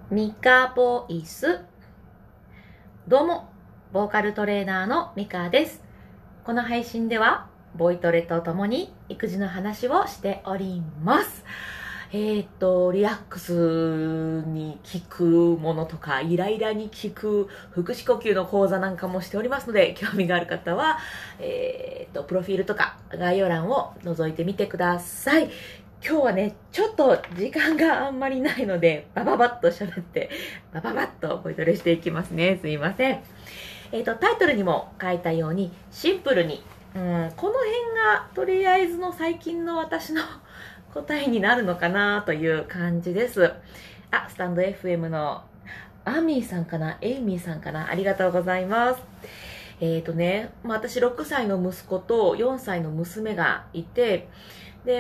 ミカボイス。どうも、ボーカルトレーナーのミカです。この配信ではボイトレとともに育児の話をしております。リラックスに効くものとか、イライラに効く腹式呼吸の講座なんかもしておりますので、興味がある方は、プロフィールとか概要欄を覗いてみてください。今日はね、ちょっと時間があんまりないので、バババッと喋って、バババッとボイトレしていきますね。すいません。タイトルにも書いたように、シンプルに、この辺がとりあえずの最近の私の答えになるのかなという感じです。スタンド FM のアミーさんかな、エイミーさんかな、ありがとうございます。私6歳の息子と4歳の娘がいて、で、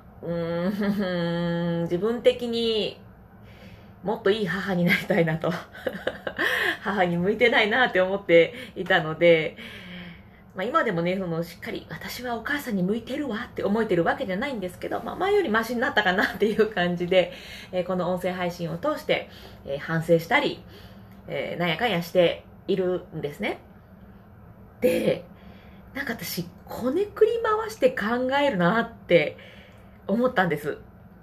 自分的にもっといい母になりたいなと母に向いてないなって思っていたので、今でもね、しっかり私はお母さんに向いてるわって思えてるわけじゃないんですけど、前よりマシになったかなっていう感じで、この音声配信を通して、反省したり、なんやかんやしているんですね。で、なんか私、こねくり回して考えるなって思ったんです。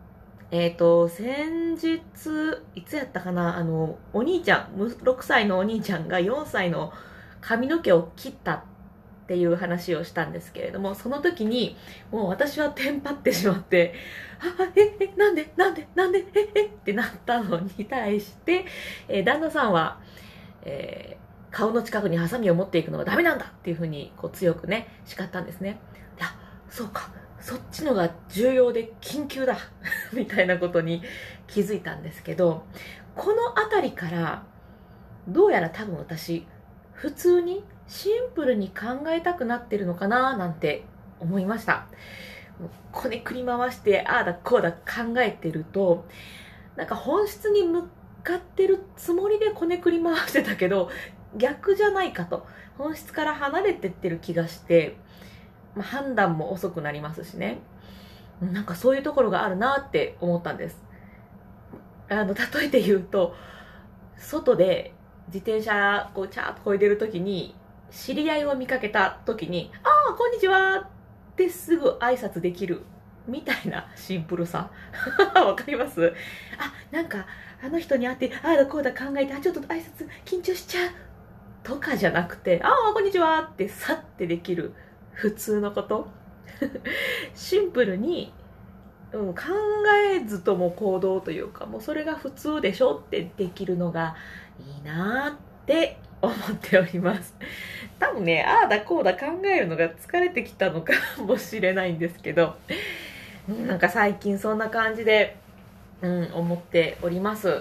先日、いつやったかな、お兄ちゃん、6歳のお兄ちゃんが4歳の髪の毛を切ったっていう話をしたんですけれども、その時に、もう私はテンパってしまって、なんでってなったのに対して、旦那さんは、顔の近くにハサミを持っていくのはダメなんだっていうふうにこう強くね、叱ったんですね。そうか。そっちのが重要で緊急だみたいなことに気づいたんですけど、このあたりからどうやら多分私普通にシンプルに考えたくなってるのかななんて思いました。こねくり回してああだこうだ考えてると、なんか本質に向かってるつもりでこねくり回してたけど逆じゃないかと、本質から離れてってる気がして、判断も遅くなりますしね。なんかそういうところがあるなって思ったんです。例えて言うと、外で自転車こうチャーッと漕いでる時に知り合いを見かけた時に、こんにちはってすぐ挨拶できるみたいなシンプルさわかります？なんかあの人に会ってああだこうだ考えてちょっと挨拶緊張しちゃうとかじゃなくて、こんにちはってさってできる普通のことシンプルに、考えずとも行動というか、もうそれが普通でしょってできるのがいいなって思っております。多分ね、ああだこうだ考えるのが疲れてきたのかもしれないんですけど、なんか最近そんな感じで、思っております。はい、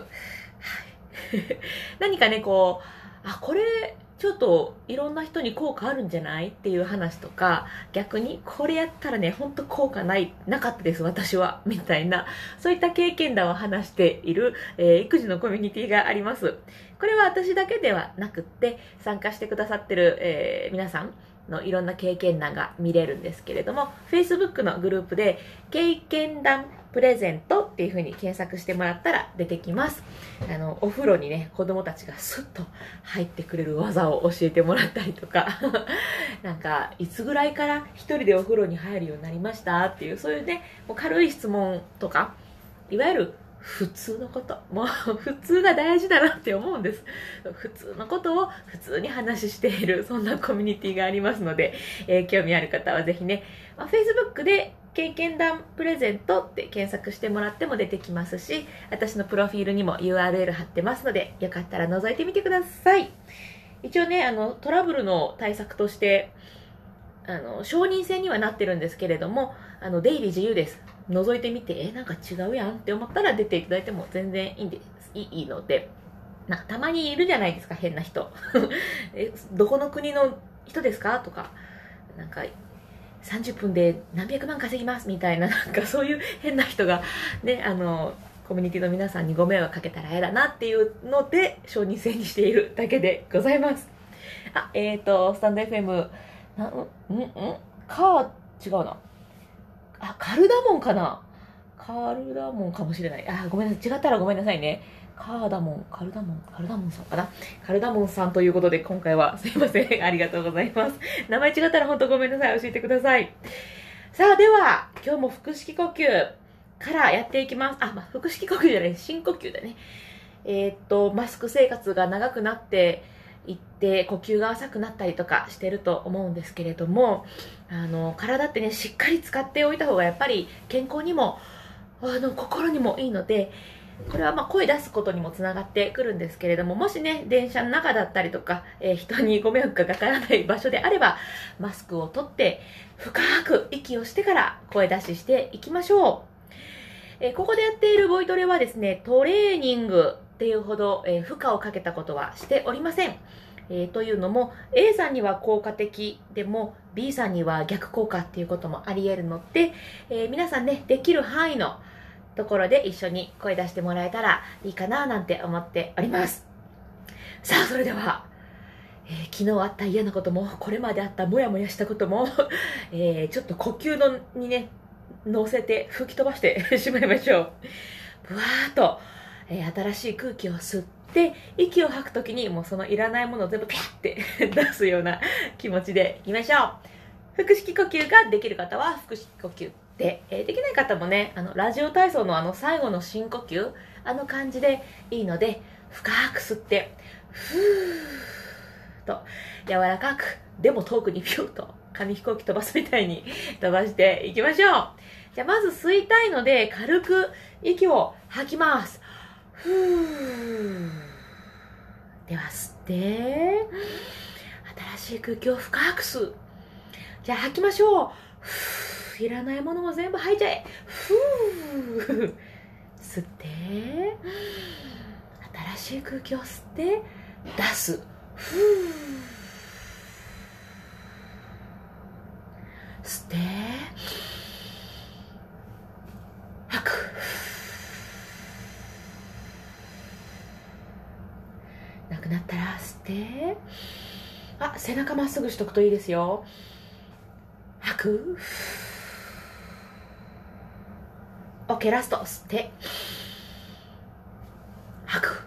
何かね、これちょっといろんな人に効果あるんじゃないっていう話とか、逆にこれやったらね、ほんと効果なかったです私はみたいな、そういった経験談を話している、育児のコミュニティがあります。これは私だけではなくって、参加してくださってる、皆さんのいろんな経験談が見れるんですけれども、 Facebook のグループで経験談プレゼントっていう風に検索してもらったら出てきます。お風呂にね、子供たちがスッと入ってくれる技を教えてもらったりとかなんかいつぐらいから一人でお風呂に入るようになりましたっていう、そういうね、もう軽い質問とか、いわゆる普通のこと、もう普通が大事だなって思うんです。普通のことを普通に話している、そんなコミュニティがありますので、興味ある方はぜひね、Facebook で経験談プレゼントって検索してもらっても出てきますし、私のプロフィールにも URL 貼ってますので、よかったら覗いてみてください。一応ね、トラブルの対策として承認制にはなってるんですけれども、出入り自由です。覗いてみて、なんか違うやんって思ったら出ていただいても全然いいんです。いいので、たまにいるじゃないですか、変な人どこの国の人ですかとか、なんか30分で何百万稼ぎますみたいな、なんかそういう変な人がね、コミュニティの皆さんにご迷惑かけたら嫌だなっていうので承認制にしているだけでございます。スタンド FM、違うな。カルダモンかな。 カルダモンかもしれない。ごめんなさい。違ったらごめんなさいね。カルダモンさんかな。カルダモンさんということで、今回はすいません。ありがとうございます。名前違ったら本当ごめんなさい。教えてください。さあ、では、今日も腹式呼吸からやっていきます。腹式呼吸じゃない、深呼吸だね。マスク生活が長くなっていって、呼吸が浅くなったりとかしてると思うんですけれども、体ってね、しっかり使っておいた方がやっぱり健康にも、心にもいいので、これは声出すことにもつながってくるんですけれども、もしね、電車の中だったりとか、人にご迷惑がかからない場所であれば、マスクを取って深く息をしてから声出ししていきましょう。ここでやっているボイトレはですね、トレーニングっていうほど、負荷をかけたことはしておりません。というのも A さんには効果的でも B さんには逆効果っていうこともあり得るので、皆さんね、できる範囲のところで一緒に声出してもらえたらいいかななんて思っております。さあ、それでは、昨日あった嫌なこともこれまであったモヤモヤしたことも、ちょっと呼吸にね乗せて吹き飛ばしてしまいましょう。ぶわーっと、新しい空気を吸って息を吐くときにもうそのいらないものを全部ピャッて出すような気持ちでいきましょう。腹式呼吸ができる方は腹式呼吸で、できない方もね、ラジオ体操の最後の深呼吸、感じでいいので、深く吸って、ふーっと柔らかく、でも遠くにピューッと紙飛行機飛ばすみたいに飛ばしていきましょう。じゃあまず吸いたいので、軽く息を吐きます。ふー。では吸って、新しい空気を深く吸う。じゃあ吐きましょう。ふー。いらないものも全部吐いちゃえ。ふー。吸って、新しい空気を吸って出す。ふー。吸って吐く。なくなったら吸って、背中まっすぐしとくといいですよ。吐く。OK、ラスト。吸って吐く。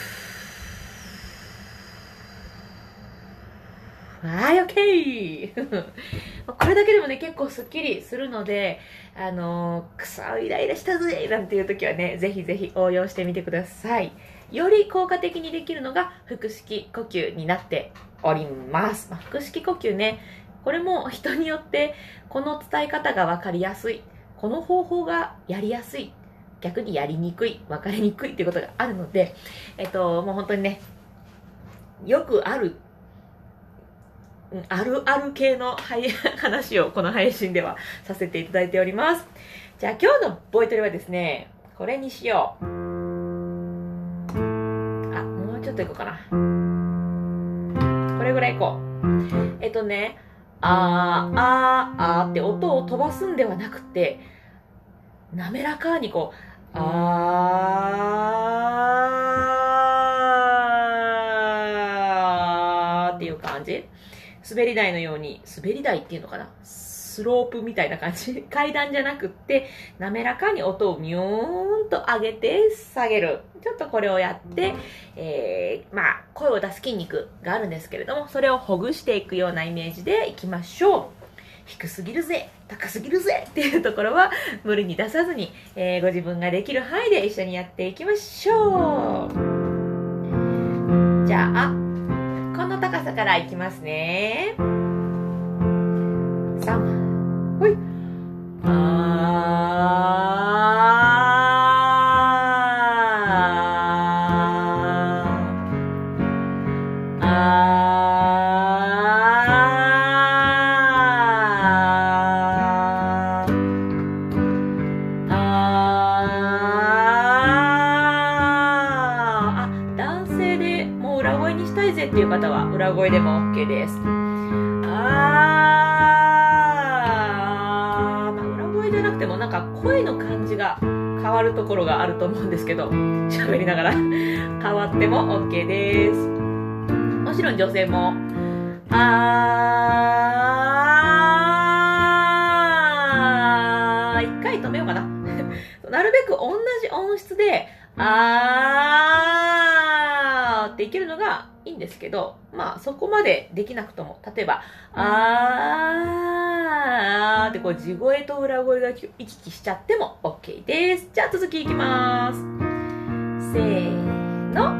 はい、OK これだけでもね、結構スッキリするので、くそイライラしたぜなんていう時はね、ぜひぜひ応用してみてください。より効果的にできるのが腹式呼吸になっております。腹式呼吸ね、これも人によってこの伝え方が分かりやすい、この方法がやりやすい、逆にやりにくい、分かりにくいっていうことがあるので、もう本当にね、よくあるあるある系の話をこの配信ではさせていただいております。じゃあ今日のボイトレはですね、これにしよう。もうちょっといこうかな。これぐらいいこう。って音を飛ばすんではなくて、滑らかにこう、っていう感じ。滑り台のように、滑り台っていうのかな、スロープみたいな感じ。階段じゃなくって、滑らかに音をミューンと上げて下げる。ちょっとこれをやって、声を出す筋肉があるんですけれども、それをほぐしていくようなイメージでいきましょう。低すぎるぜ、高すぎるぜっていうところは無理に出さずに、ご自分ができる範囲で一緒にやっていきましょう。じゃあ、この高さからいきますね。3、ほい。男性でもう裏声にしたいぜっていう方は裏声でも OK です。裏声じゃなくてもなんか声の感じが変わるところがあると思うんですけど、喋りながら変わっても OK です。もちろん女性も一回止めようかななべく同じ音質で、あーっていけるのがいいんですけど、まあそこまでできなくとも、例えば、あーってこう地声と裏声が行き来しちゃっても OK です。じゃあ続きいきます。せーの。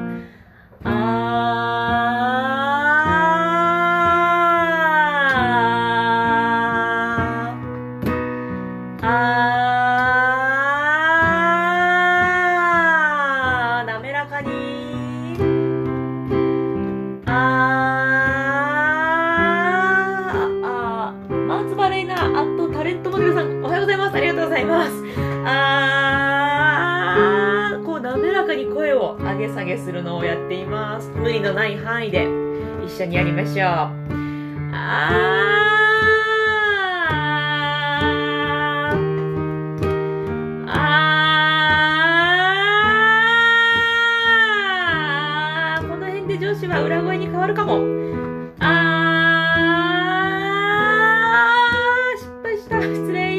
滑らかにマンツバレイナアットタレントモデルさん、おはようございます。ありがとうございます。こう滑らかに声を上げ下げするのをやっています。無理のない範囲で一緒にやりましょう。この辺で上司は裏声に変わるかも。失敗した。失礼。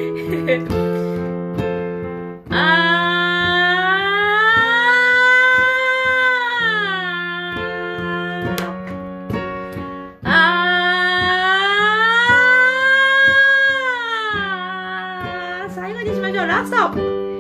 最後にしましょう。ラスト。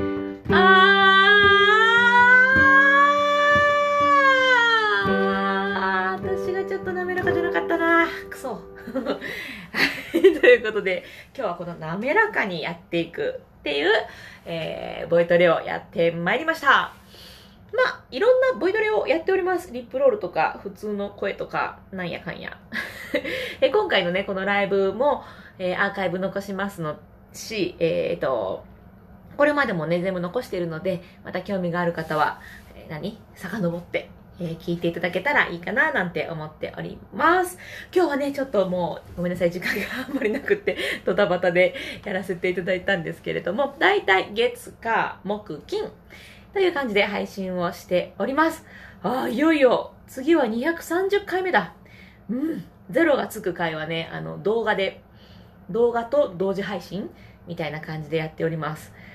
私がちょっと滑らかじゃなかったな。くそ。ということで、今日はこの滑らかにやっていくっていう、ボイトレをやってまいりました。まあ、いろんなボイトレをやっております。リップロールとか、普通の声とか、なんやかんや。今回のね、このライブも、アーカイブ残しますのし、これまでもね、全部残しているので、また興味がある方は、遡って、聞いていただけたらいいかななんて思っております。今日はね、ちょっともうごめんなさい、時間があんまりなくってドタバタでやらせていただいたんですけれども、だいたい月火木金という感じで配信をしております。いよいよ次は230回目だ。ゼロがつく回はね、動画と同時配信みたいな感じでやっております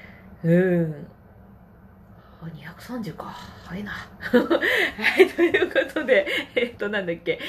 。230か。早いな。はい、ということで、なんだっけ。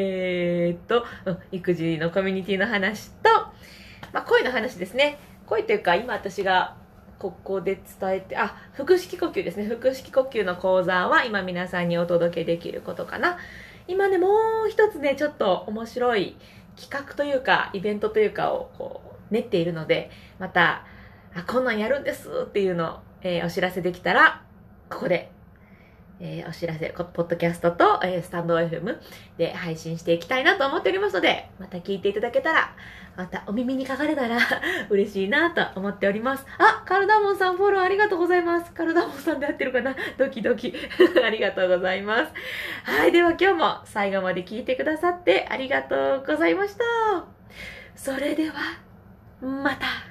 育児のコミュニティの話と、まあ、声の話ですね。声というか、今私がここで伝えて、腹式呼吸ですね。腹式呼吸の講座は今皆さんにお届けできることかな。今ね、もう一つね、ちょっと面白い企画というか、イベントというかをこう練っているので、また、こんなんやるんですっていうのを、お知らせできたら、ここで、お知らせ、ポッドキャストと、スタンド FM で配信していきたいなと思っておりますので、また聞いていただけたら、またお耳にかかれたら嬉しいなと思っております。カルダモンさんフォローありがとうございます。カルダモンさんで合ってるかな、ドキドキ。ありがとうございます。はい、では今日も最後まで聞いてくださってありがとうございました。それでは、また。